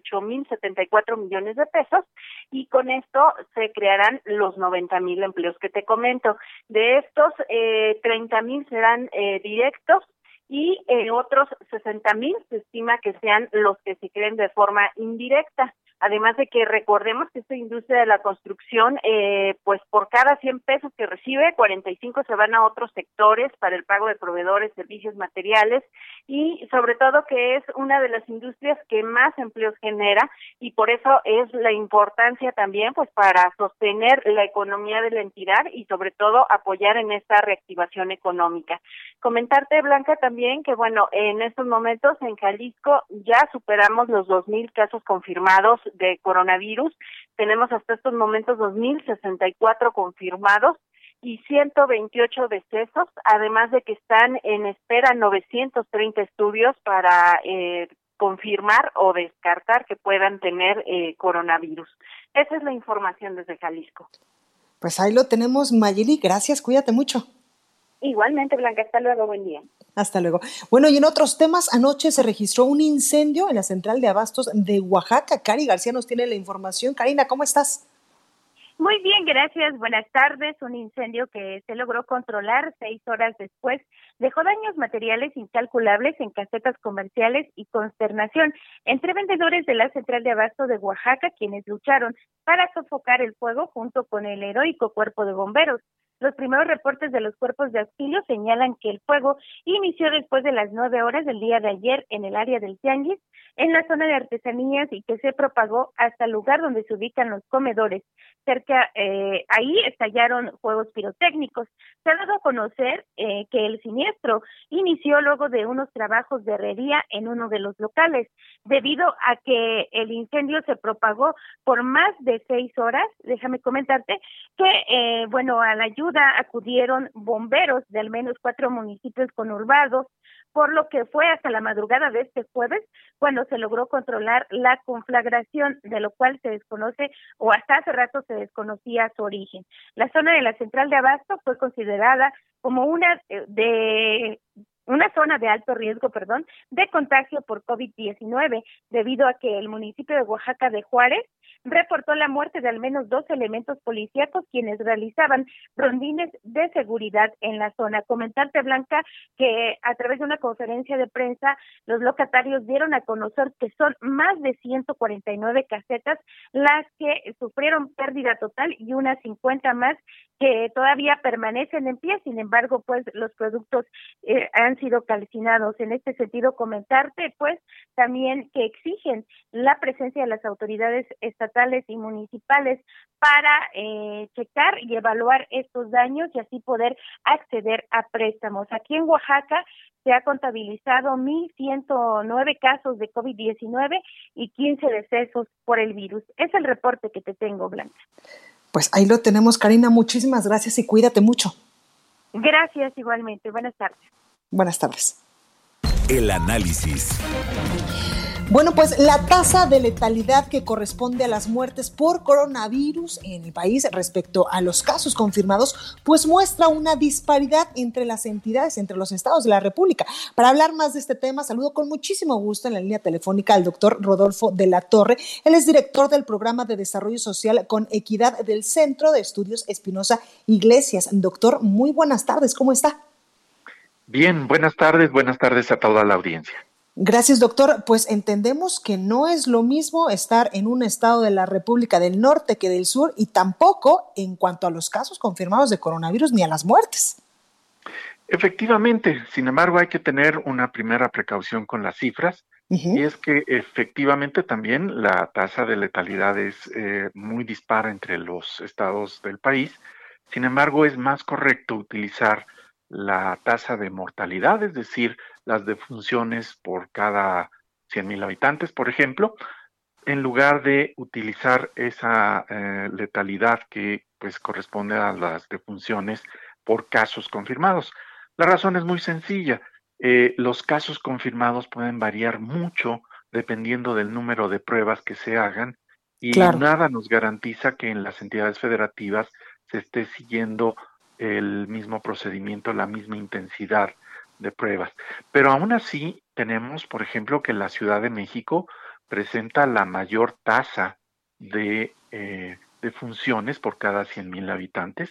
18,074 millones de pesos, y con esto se crearán los 90,000 empleos que te comento. De estos, 30,000 serán directos, y otros 60,000 se estima que sean los que se creen de forma indirecta. Además de que recordemos que esta industria de la construcción, pues por cada 100 pesos que recibe, 45 se van a otros sectores para el pago de proveedores, servicios, materiales, y sobre todo que es una de las industrias que más empleos genera, y por eso es la importancia también pues para sostener la economía de la entidad y sobre todo apoyar en esta reactivación económica. Comentarte, Blanca, también que bueno, en estos momentos en Jalisco ya superamos los 2,000 casos confirmados de coronavirus. Tenemos hasta estos momentos 2,064 confirmados y 128 decesos, además de que están en espera 930 estudios para confirmar o descartar que puedan tener coronavirus. Esa es la información desde Jalisco. Pues ahí lo tenemos, Mayeli, gracias, cuídate mucho. Igualmente, Blanca, hasta luego, buen día. Hasta luego. Bueno, y en otros temas, anoche se registró un incendio en la central de abastos de Oaxaca. Cari García nos tiene la información. Karina, ¿cómo estás? Muy bien, gracias. Buenas tardes. Un incendio que se logró controlar 6 horas después dejó daños materiales incalculables en casetas comerciales y consternación entre vendedores de la central de abasto de Oaxaca, quienes lucharon para sofocar el fuego junto con el heroico cuerpo de bomberos. Los primeros reportes de los cuerpos de auxilio señalan que el fuego inició después de las 9 horas del día de ayer en el área del Tianguis, en la zona de artesanías, y que se propagó hasta el lugar donde se ubican los comedores. Ahí estallaron fuegos pirotécnicos. Se ha dado a conocer que el siniestro inició luego de unos trabajos de herrería en uno de los locales, debido a que el incendio se propagó por más de 6 horas. Déjame comentarte que, a la ayuda acudieron bomberos de al menos 4 municipios conurbados, por lo que fue hasta la madrugada de este jueves cuando se logró controlar la conflagración, de lo cual se desconoce, o hasta hace rato se desconocía su origen. La zona de la central de abasto fue considerada como una zona de alto riesgo, de contagio por COVID-19, debido a que el municipio de Oaxaca de Juárez reportó la muerte de al menos 2 elementos policíacos quienes realizaban rondines de seguridad en la zona. Comentarte, Blanca, que a través de una conferencia de prensa, los locatarios dieron a conocer que son más de 149 casetas las que sufrieron pérdida total y unas 50 más que todavía permanecen en pie. Sin embargo, pues los productos han sido calcinados. En este sentido, comentarte pues también que exigen la presencia de las autoridades estatales y municipales para checar y evaluar estos daños y así poder acceder a préstamos. Aquí en Oaxaca se ha contabilizado 1,109 casos de COVID-19 y 15 decesos por el virus. Es el reporte que te tengo, Blanca. Pues ahí lo tenemos, Karina. Muchísimas gracias y cuídate mucho. Gracias, igualmente. Buenas tardes. Buenas tardes. El análisis. Bueno, pues la tasa de letalidad que corresponde a las muertes por coronavirus en el país respecto a los casos confirmados, pues muestra una disparidad entre las entidades, entre los estados de la República. Para hablar más de este tema, saludo con muchísimo gusto en la línea telefónica al doctor Rodolfo de la Torre. Él es director del Programa de Desarrollo Social con Equidad del Centro de Estudios Espinosa Iglesias. Doctor, muy buenas tardes, ¿cómo está? Bien, buenas tardes a toda la audiencia. Gracias, doctor. Pues entendemos que no es lo mismo estar en un estado de la República del Norte que del Sur, y tampoco en cuanto a los casos confirmados de coronavirus ni a las muertes. Efectivamente, sin embargo, hay que tener una primera precaución con las cifras, y es que efectivamente también la tasa de letalidad es muy dispara entre los estados del país. Sin embargo, es más correcto utilizar la tasa de mortalidad, es decir, las defunciones por cada 100,000 habitantes, por ejemplo, en lugar de utilizar esa letalidad que pues corresponde a las defunciones por casos confirmados. La razón es muy sencilla. Los casos confirmados pueden variar mucho dependiendo del número de pruebas que se hagan, y nada nos garantiza que en las entidades federativas se esté siguiendo el mismo procedimiento, la misma intensidad de pruebas. Pero aún así tenemos, por ejemplo, que la Ciudad de México presenta la mayor tasa de defunciones por cada 100,000 habitantes,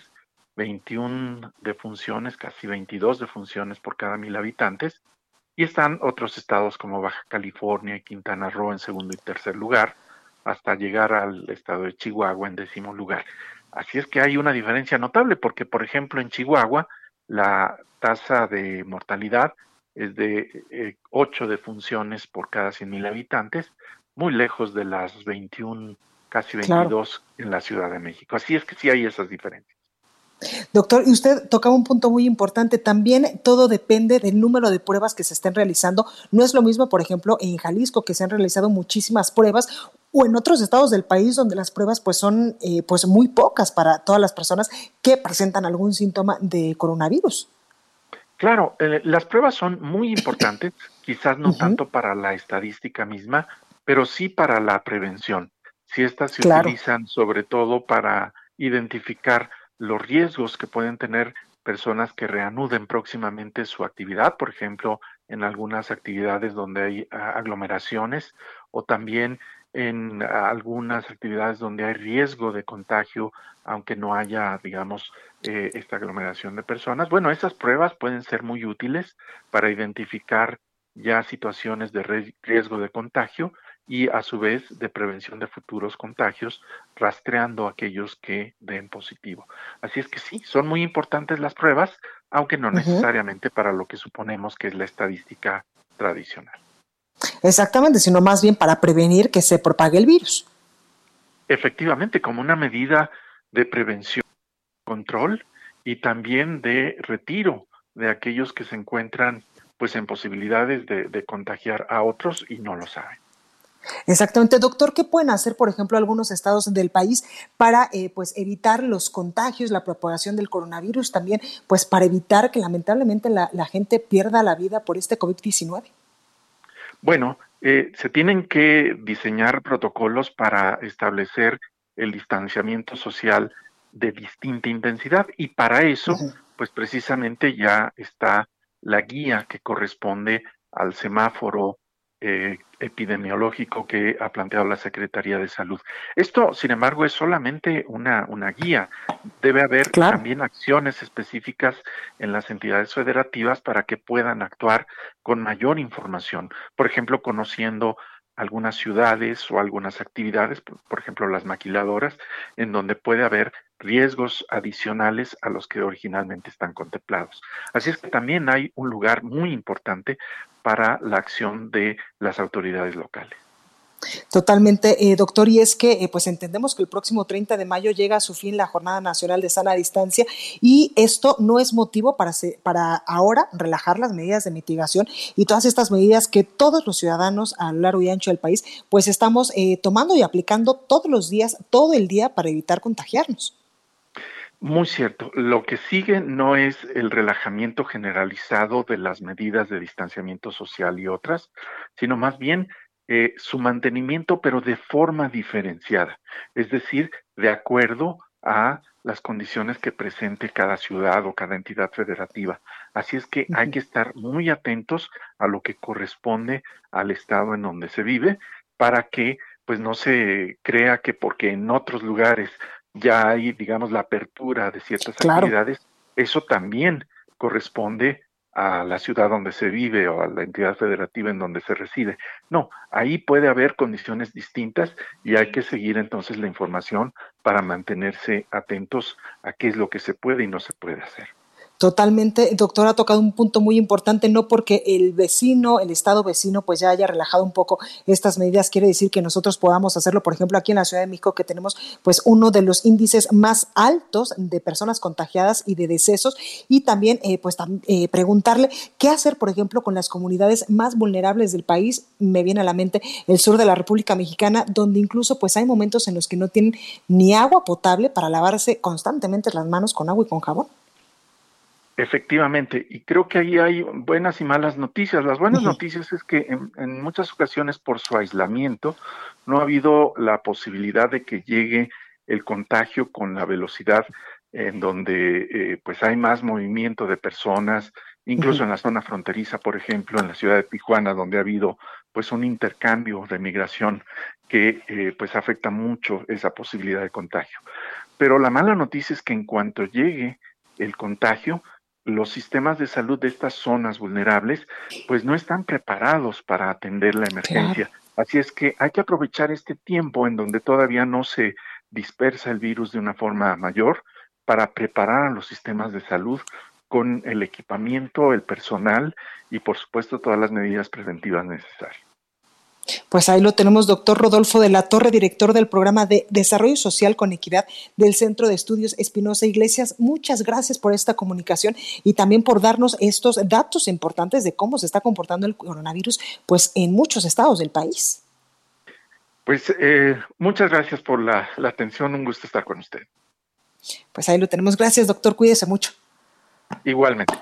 21 defunciones, casi 22 defunciones por cada 1,000 habitantes, y están otros estados como Baja California y Quintana Roo en segundo y tercer lugar, hasta llegar al estado de Chihuahua en 10º lugar. Así es que hay una diferencia notable porque, por ejemplo, en Chihuahua la tasa de mortalidad es de 8 defunciones por cada 100,000 habitantes, muy lejos de las 21, casi 22 en la Ciudad de México. Así es que sí hay esas diferencias. Doctor, y usted tocaba un punto muy importante. También todo depende del número de pruebas que se estén realizando. No es lo mismo, por ejemplo, en Jalisco, que se han realizado muchísimas pruebas, o en otros estados del país donde las pruebas pues son pues muy pocas para todas las personas que presentan algún síntoma de coronavirus. Claro, las pruebas son muy importantes, quizás no tanto para la estadística misma, pero sí para la prevención. Si estas se utilizan sobre todo para identificar los riesgos que pueden tener personas que reanuden próximamente su actividad, por ejemplo, en algunas actividades donde hay aglomeraciones, o también en algunas actividades donde hay riesgo de contagio, aunque no haya, digamos, esta aglomeración de personas. Bueno, esas pruebas pueden ser muy útiles para identificar ya situaciones de riesgo de contagio y a su vez de prevención de futuros contagios, rastreando a aquellos que den positivo. Así es que sí, son muy importantes las pruebas, aunque no necesariamente para lo que suponemos que es la estadística tradicional. Exactamente, sino más bien para prevenir que se propague el virus. Efectivamente, como una medida de prevención, control y también de retiro de aquellos que se encuentran pues en posibilidades de contagiar a otros y no lo saben. Exactamente, doctor, ¿qué pueden hacer, por ejemplo, algunos estados del país para pues evitar los contagios, la propagación del coronavirus, también pues para evitar que lamentablemente la gente pierda la vida por este COVID-19? Bueno, se tienen que diseñar protocolos para establecer el distanciamiento social de distinta intensidad y para eso, pues precisamente ya está la guía que corresponde al semáforo epidemiológico que ha planteado la Secretaría de Salud. Esto, sin embargo, es solamente una guía. Debe haber también acciones específicas en las entidades federativas para que puedan actuar con mayor información. Por ejemplo, conociendo algunas ciudades o algunas actividades, por ejemplo, las maquiladoras, en donde puede haber riesgos adicionales a los que originalmente están contemplados. Así es que también hay un lugar muy importante para la acción de las autoridades locales. Totalmente, doctor, y es que pues entendemos que el próximo 30 de mayo llega a su fin la Jornada Nacional de Sana Distancia y esto no es motivo para ahora relajar las medidas de mitigación y todas estas medidas que todos los ciudadanos a lo largo y ancho del país pues estamos tomando y aplicando todos los días, todo el día para evitar contagiarnos. Muy cierto. Lo que sigue no es el relajamiento generalizado de las medidas de distanciamiento social y otras, sino más bien su mantenimiento, pero de forma diferenciada, es decir, de acuerdo a las condiciones que presente cada ciudad o cada entidad federativa. Así es que hay que estar muy atentos a lo que corresponde al estado en donde se vive para que pues no se crea que porque en otros lugares ya hay, digamos, la apertura de ciertas actividades, eso también corresponde a la ciudad donde se vive o a la entidad federativa en donde se reside. No, ahí puede haber condiciones distintas y hay que seguir entonces la información para mantenerse atentos a qué es lo que se puede y no se puede hacer. Totalmente, doctor, ha tocado un punto muy importante, no porque el estado vecino pues ya haya relajado un poco estas medidas, quiere decir que nosotros podamos hacerlo. Por ejemplo, aquí en la Ciudad de México, que tenemos pues uno de los índices más altos de personas contagiadas y de decesos, y también preguntarle qué hacer, por ejemplo, con las comunidades más vulnerables del país. Me viene a la mente el sur de la República Mexicana, donde incluso pues hay momentos en los que no tienen ni agua potable para lavarse constantemente las manos con agua y con jabón. Efectivamente, y creo que ahí hay buenas y malas noticias. Las buenas noticias es que en muchas ocasiones por su aislamiento no ha habido la posibilidad de que llegue el contagio con la velocidad en donde pues hay más movimiento de personas, incluso en la zona fronteriza, por ejemplo, en la ciudad de Tijuana, donde ha habido pues un intercambio de migración que pues afecta mucho esa posibilidad de contagio. Pero la mala noticia es que en cuanto llegue el contagio, los sistemas de salud de estas zonas vulnerables pues no están preparados para atender la emergencia. Claro. Así es que hay que aprovechar este tiempo en donde todavía no se dispersa el virus de una forma mayor para preparar a los sistemas de salud con el equipamiento, el personal y por supuesto todas las medidas preventivas necesarias. Pues ahí lo tenemos, doctor Rodolfo de la Torre, director del programa de Desarrollo Social con Equidad del Centro de Estudios Espinosa Iglesias. Muchas gracias por esta comunicación y también por darnos estos datos importantes de cómo se está comportando el coronavirus pues en muchos estados del país. Pues muchas gracias por la atención, un gusto estar con usted. Pues ahí lo tenemos, gracias doctor, cuídese mucho. Igualmente.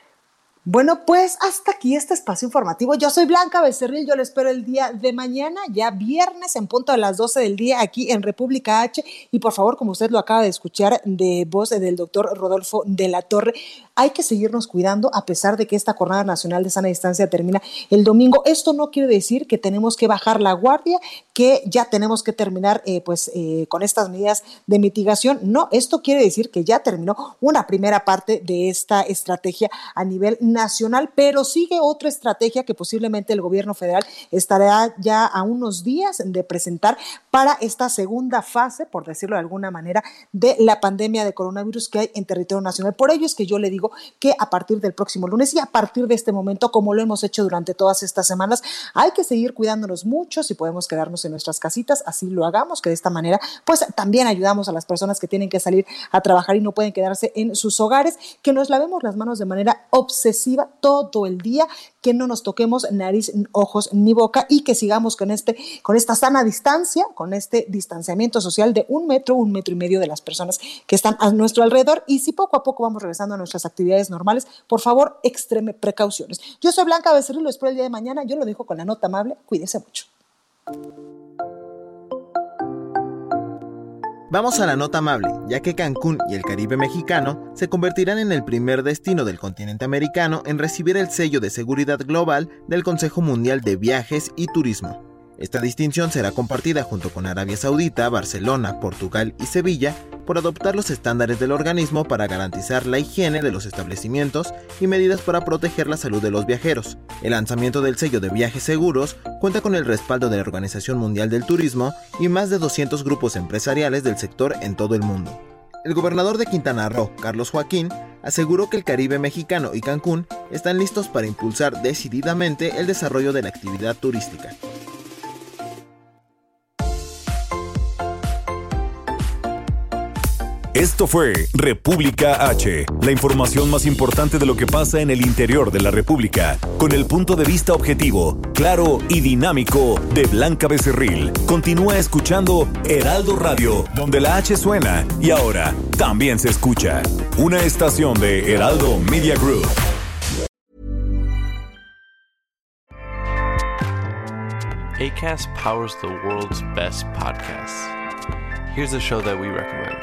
Bueno, pues hasta aquí este espacio informativo. Yo soy Blanca Becerril, yo le espero el día de mañana, ya viernes en punto a las 12 del día aquí en República H. Y por favor, como usted lo acaba de escuchar de voz del doctor Rodolfo de la Torre, hay que seguirnos cuidando a pesar de que esta Jornada Nacional de Sana Distancia termina el domingo. Esto no quiere decir que tenemos que bajar la guardia, que que ya tenemos que terminar con estas medidas de mitigación. No, esto quiere decir que ya terminó una primera parte de esta estrategia a nivel nacional, pero sigue otra estrategia que posiblemente el gobierno federal estará ya a unos días de presentar para esta segunda fase, por decirlo de alguna manera, de la pandemia de coronavirus que hay en territorio nacional. Por ello es que yo le digo que a partir del próximo lunes y a partir de este momento, como lo hemos hecho durante todas estas semanas, hay que seguir cuidándonos mucho. Si podemos quedarnos en nuestras casitas, así lo hagamos, que de esta manera pues también ayudamos a las personas que tienen que salir a trabajar y no pueden quedarse en sus hogares, que nos lavemos las manos de manera obsesiva todo el día, que no nos toquemos nariz, ojos ni boca y que sigamos con esta sana distancia, con este distanciamiento social de 1 metro, 1,5 metros de las personas que están a nuestro alrededor. Y si poco a poco vamos regresando a nuestras actividades normales, por favor, extreme precauciones. Yo soy Blanca Becerril, lo espero el día de mañana. Yo lo dejo con la nota amable. Cuídese mucho. Vamos a la nota amable, ya que Cancún y el Caribe mexicano se convertirán en el primer destino del continente americano en recibir el sello de seguridad global del Consejo Mundial de Viajes y Turismo. Esta distinción será compartida junto con Arabia Saudita, Barcelona, Portugal y Sevilla por adoptar los estándares del organismo para garantizar la higiene de los establecimientos y medidas para proteger la salud de los viajeros. El lanzamiento del sello de viajes seguros cuenta con el respaldo de la Organización Mundial del Turismo y más de 200 grupos empresariales del sector en todo el mundo. El gobernador de Quintana Roo, Carlos Joaquín, aseguró que el Caribe mexicano y Cancún están listos para impulsar decididamente el desarrollo de la actividad turística. Esto fue República H, la información más importante de lo que pasa en el interior de la República, con el punto de vista objetivo, claro y dinámico de Blanca Becerril. Continúa escuchando Heraldo Radio, donde la H suena y ahora también se escucha. Una estación de Heraldo Media Group. Acast powers the world's best podcasts. Here's a show that we recommend.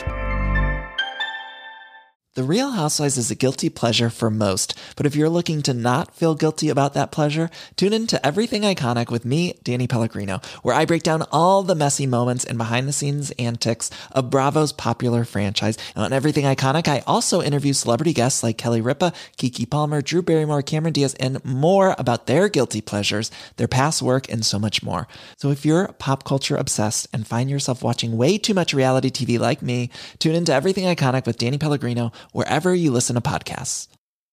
The Real Housewives is a guilty pleasure for most, but if you're looking to not feel guilty about that pleasure, tune in to Everything Iconic with me, Danny Pellegrino, where I break down all the messy moments and behind-the-scenes antics of Bravo's popular franchise. And on Everything Iconic, I also interview celebrity guests like Kelly Ripa, Keke Palmer, Drew Barrymore, Cameron Diaz, and more about their guilty pleasures, their past work, and so much more. So if you're pop culture obsessed and find yourself watching way too much reality TV like me, tune into Everything Iconic with Danny Pellegrino, wherever you listen to podcasts.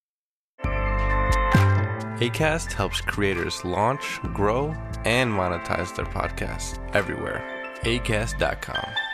Acast helps creators launch, grow, and monetize their podcasts everywhere. Acast.com.